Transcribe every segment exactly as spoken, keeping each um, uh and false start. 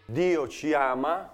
Dio ci ama?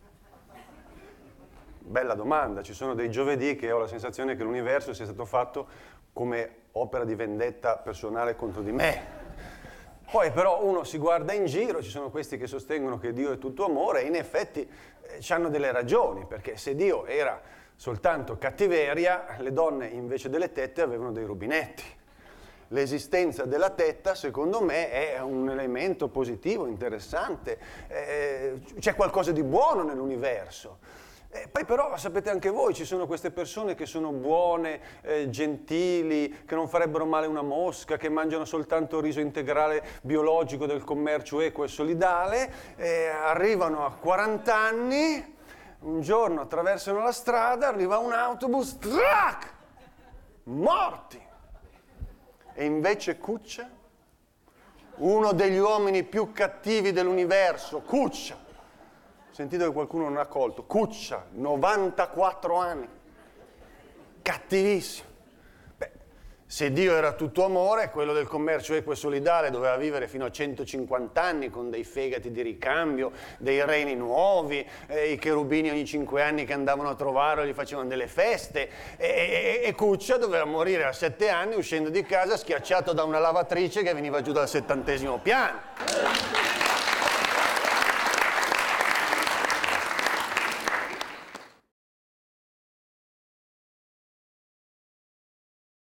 Bella domanda, ci sono dei giovedì che ho la sensazione che l'universo sia stato fatto come opera di vendetta personale contro di me. Poi però uno si guarda in giro, ci sono questi che sostengono che Dio è tutto amore e in effetti eh, hanno delle ragioni, perché se Dio era soltanto cattiveria, le donne invece delle tette avevano dei rubinetti. L'esistenza della tetta, secondo me, è un elemento positivo, interessante, eh, c'è qualcosa di buono nell'universo. E poi però, sapete anche voi, ci sono queste persone che sono buone, eh, gentili, che non farebbero male una mosca, che mangiano soltanto riso integrale biologico del commercio equo e solidale, eh, arrivano a quaranta anni, un giorno attraversano la strada, arriva un autobus, trac, morti. E invece Cuccia, uno degli uomini più cattivi dell'universo, Cuccia, sentite che qualcuno non ha colto, Cuccia, novantaquattro anni, cattivissimo. Beh, se Dio era tutto amore, quello del commercio equo e solidale doveva vivere fino a centocinquanta anni con dei fegati di ricambio, dei reni nuovi, eh, i cherubini ogni cinque anni che andavano a trovarlo gli facevano delle feste e, e, e Cuccia doveva morire a sette anni uscendo di casa schiacciato da una lavatrice che veniva giù dal settantesimo piano.